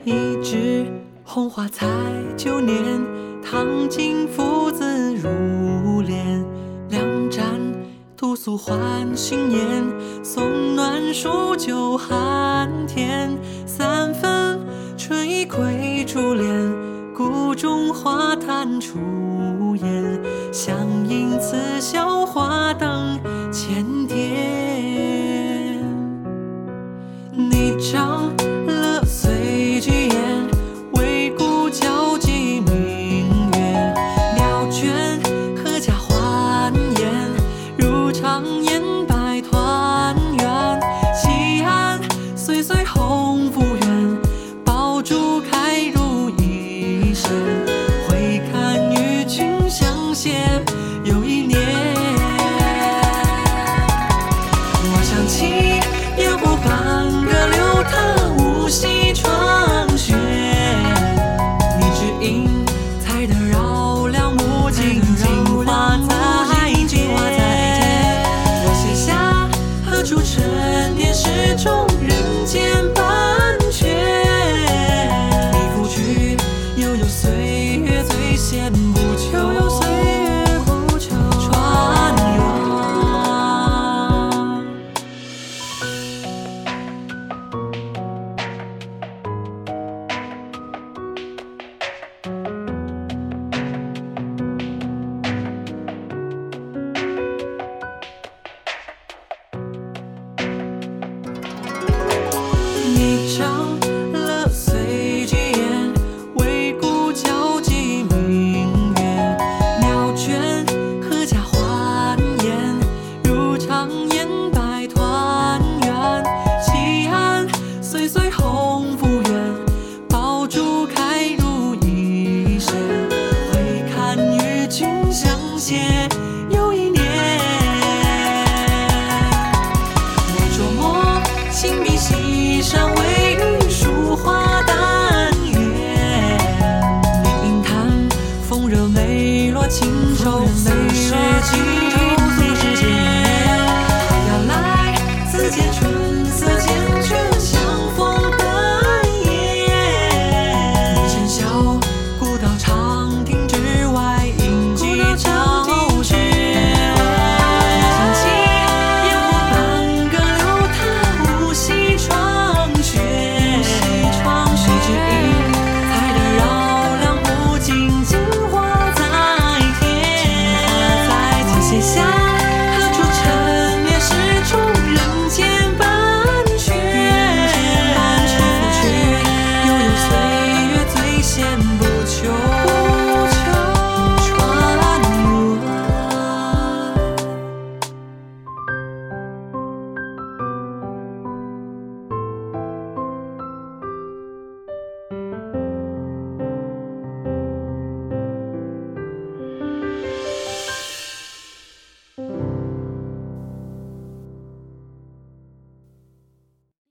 一枝红花才9年，唐今父子如恋。两盏毒素换新颜，送暖数酒寒天。3分春意归珠帘，谷中花坛初烟。相映此笑花灯千点。你长了岁居焉，为故交寄明月。鸟倦阖家欢颜，如常言百团圆。西安岁岁鸿福远，爆竹开